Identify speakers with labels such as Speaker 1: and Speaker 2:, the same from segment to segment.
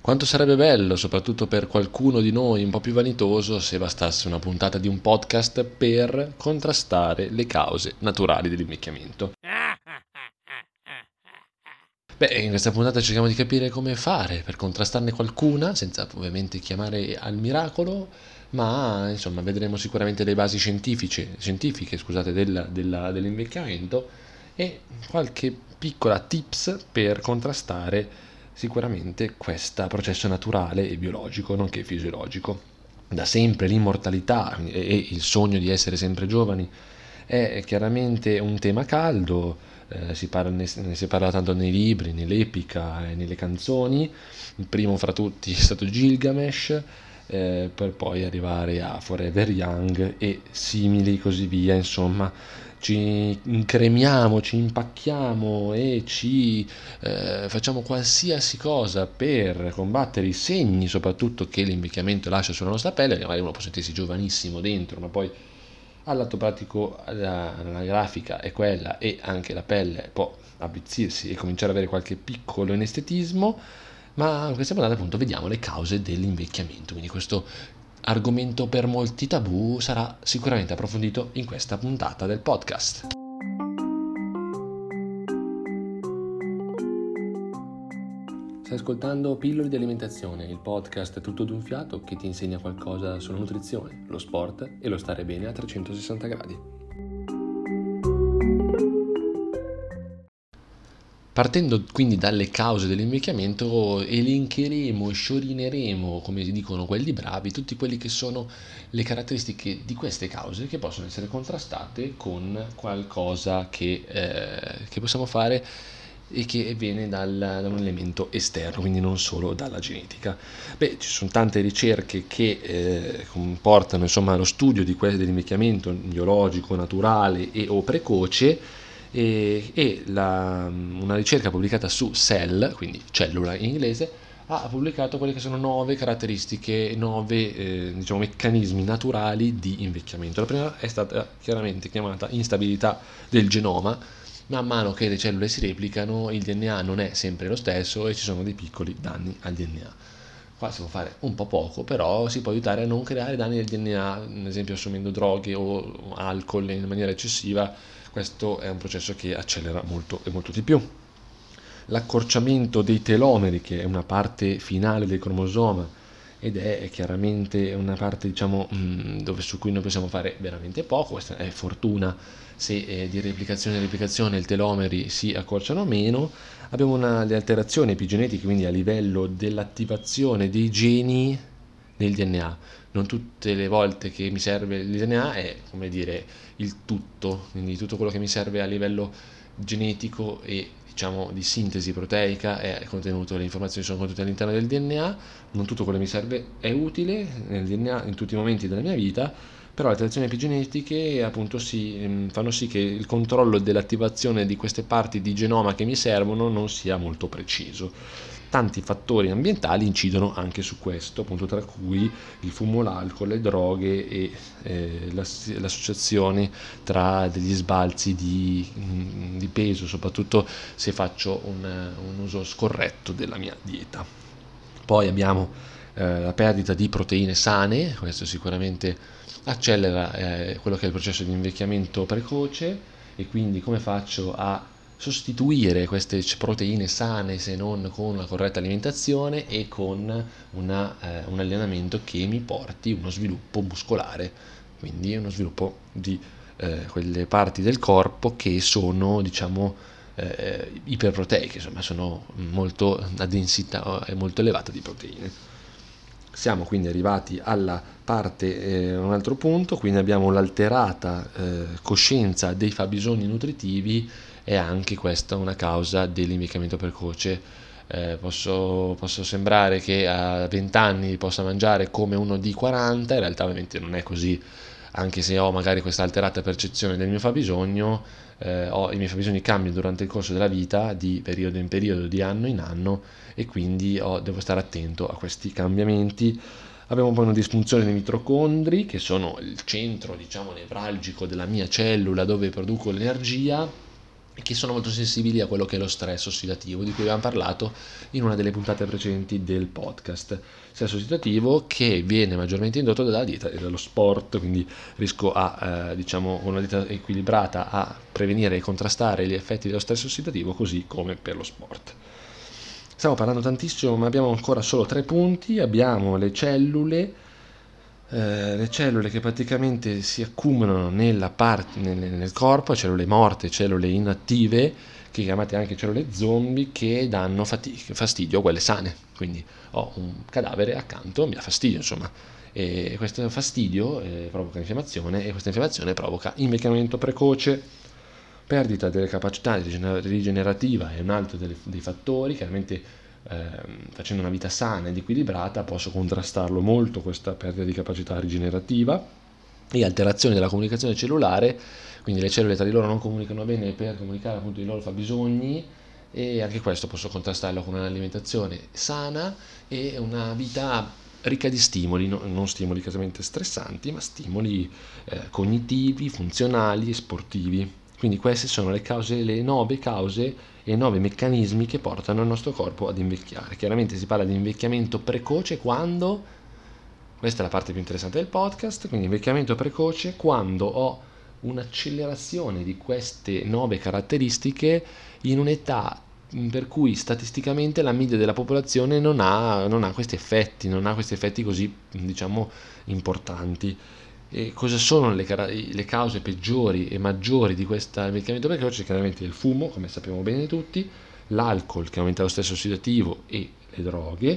Speaker 1: Quanto sarebbe bello, soprattutto per qualcuno di noi un po' più vanitoso, se bastasse una puntata di un podcast per contrastare le cause naturali dell'invecchiamento. Beh, in questa puntata cerchiamo di capire come fare per contrastarne qualcuna, senza ovviamente chiamare al miracolo, ma insomma vedremo sicuramente le basi scientifiche, scusate, dell'invecchiamento e qualche piccola tips per contrastare sicuramente questo processo naturale e biologico, nonché fisiologico. Da sempre l'immortalità e il sogno di essere sempre giovani è chiaramente un tema caldo, ne si parla tanto nei libri, nell'epica e nelle canzoni. Il primo fra tutti è stato Gilgamesh, per poi arrivare a Forever Young e simili così via. Insomma, ci incremiamo, ci impacchiamo e ci facciamo qualsiasi cosa per combattere i segni, soprattutto che l'invecchiamento lascia sulla nostra pelle. Magari uno può sentirsi giovanissimo dentro, ma poi all'atto pratico la grafica è quella e anche la pelle può avvizzirsi e cominciare ad avere qualche piccolo inestetismo, ma in questa puntata appunto vediamo le cause dell'invecchiamento, quindi questo argomento per molti tabù sarà sicuramente approfondito in questa puntata del podcast. Stai ascoltando Pillole di alimentazione, il podcast tutto d'un fiato che ti insegna qualcosa sulla nutrizione, lo sport e lo stare bene a 360 gradi. Partendo quindi dalle cause dell'invecchiamento, elencheremo e sciorineremo, come si dicono quelli bravi, tutti quelli che sono le caratteristiche di queste cause che possono essere contrastate con qualcosa che possiamo fare e che viene da un elemento esterno, quindi non solo dalla genetica. Beh, ci sono tante ricerche che comportano insomma lo studio dell'invecchiamento biologico, naturale e o precoce, una ricerca pubblicata su Cell, quindi cellula in inglese, ha pubblicato quelle che sono 9 caratteristiche, 9 diciamo, meccanismi naturali di invecchiamento. La prima è stata chiaramente chiamata instabilità del genoma. Man mano che le cellule si replicano, il DNA non è sempre lo stesso e ci sono dei piccoli danni al DNA. Qua si può fare un po' poco, però si può aiutare a non creare danni al DNA, ad esempio assumendo droghe o alcol in maniera eccessiva. Questo è un processo che accelera molto e molto di più. L'accorciamento dei telomeri, che è una parte finale del cromosoma ed è chiaramente una parte diciamo su cui noi possiamo fare veramente poco. Questa è fortuna se di replicazione in replicazione i telomeri si accorciano meno. Abbiamo le alterazioni epigenetiche, quindi a livello dell'attivazione dei geni del DNA. Non tutte le volte che mi serve il DNA è, come dire, il tutto, quindi tutto quello che mi serve a livello genetico e diciamo di sintesi proteica è contenuto, le informazioni sono contenute all'interno del DNA. Non tutto quello che mi serve è utile nel DNA in tutti i momenti della mia vita, però le alterazioni epigenetiche appunto fanno sì che il controllo dell'attivazione di queste parti di genoma che mi servono non sia molto preciso. Tanti fattori ambientali incidono anche su questo, appunto, tra cui il fumo, l'alcol, le droghe e l'associazione tra degli sbalzi di peso, soprattutto se faccio un uso scorretto della mia dieta. Poi abbiamo la perdita di proteine sane, questo sicuramente accelera quello che è il processo di invecchiamento precoce, e quindi come faccio a sostituire queste proteine sane se non con una corretta alimentazione e con un allenamento che mi porti uno sviluppo muscolare, quindi uno sviluppo di quelle parti del corpo che sono diciamo iperproteiche, insomma sono molto a densità molto elevata di proteine. Siamo quindi arrivati alla parte, un altro punto, quindi abbiamo l'alterata coscienza dei fabbisogni nutritivi, e anche questa una causa dell'invecchiamento precoce. Posso sembrare che a 20 anni possa mangiare come uno di 40, in realtà ovviamente non è così, anche se ho magari questa alterata percezione del mio fabbisogno. I miei fabbisogni cambiano durante il corso della vita, di periodo in periodo, di anno in anno, e quindi devo stare attento a questi cambiamenti. Abbiamo poi una disfunzione dei mitocondri, che sono il centro diciamo nevralgico della mia cellula dove produco l'energia, che sono molto sensibili a quello che è lo stress ossidativo, di cui abbiamo parlato in una delle puntate precedenti del podcast. Stress ossidativo che viene maggiormente indotto dalla dieta e dallo sport, quindi riesco a, diciamo, una dieta equilibrata a prevenire e contrastare gli effetti dello stress ossidativo, così come per lo sport. Stiamo parlando tantissimo, ma abbiamo ancora solo 3 punti. Abbiamo le cellule che praticamente si accumulano nel corpo, cellule morte, cellule inattive, che chiamate anche cellule zombie, che danno fastidio a quelle sane. Quindi ho un cadavere accanto, mi dà fastidio, insomma. E questo fastidio provoca infiammazione, e questa infiammazione provoca invecchiamento precoce, perdita delle capacità rigenerativa è un altro dei fattori. Chiaramente facendo una vita sana ed equilibrata posso contrastarlo molto, questa perdita di capacità rigenerativa, e alterazione della comunicazione cellulare, quindi le cellule tra di loro non comunicano bene per comunicare appunto i loro fabbisogni, e anche questo posso contrastarlo con un'alimentazione sana e una vita ricca di stimoli, non stimoli chiaramente stressanti, ma stimoli cognitivi, funzionali e sportivi. Quindi queste sono le cause, le 9 cause e 9 meccanismi che portano il nostro corpo ad invecchiare. Chiaramente si parla di invecchiamento precoce quando, questa è la parte più interessante del podcast, quindi invecchiamento precoce quando ho un'accelerazione di queste 9 caratteristiche in un'età per cui statisticamente la media della popolazione non ha questi effetti, non ha questi effetti così, diciamo, importanti. E cosa sono le cause peggiori e maggiori di questo invecchiamento precoce? Chiaramente il fumo, come sappiamo bene tutti, l'alcol che aumenta lo stress ossidativo e le droghe,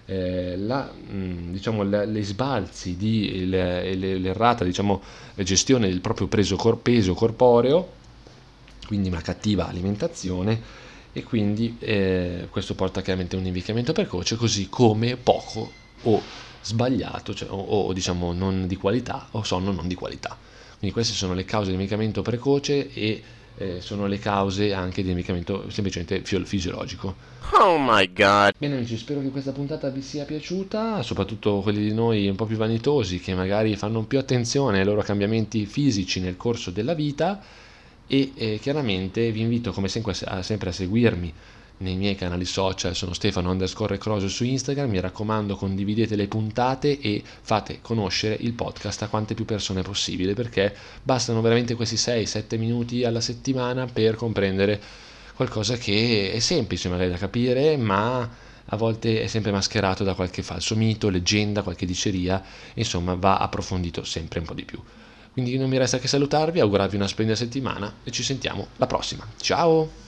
Speaker 1: diciamo, gli sbalzi l'errata, diciamo, gestione del proprio peso corporeo, quindi una cattiva alimentazione, e quindi questo porta chiaramente a un invecchiamento precoce, così come poco o sbagliato, cioè, o diciamo non di qualità, o sonno non di qualità. Quindi queste sono le cause di invecchiamento precoce, e sono le cause anche di invecchiamento semplicemente fisiologico.
Speaker 2: Oh my god.
Speaker 1: Bene amici, spero che questa puntata vi sia piaciuta, soprattutto quelli di noi un po' più vanitosi, che magari fanno più attenzione ai loro cambiamenti fisici nel corso della vita, e chiaramente vi invito come sempre a seguirmi nei miei canali social. Sono Stefano_Crosio su Instagram. Mi raccomando, condividete le puntate e fate conoscere il podcast a quante più persone possibile, perché bastano veramente questi 6-7 minuti alla settimana per comprendere qualcosa che è semplice magari da capire, ma a volte è sempre mascherato da qualche falso mito, leggenda, qualche diceria. Insomma, va approfondito sempre un po' di più. Quindi non mi resta che salutarvi, augurarvi una splendida settimana e ci sentiamo la prossima. Ciao!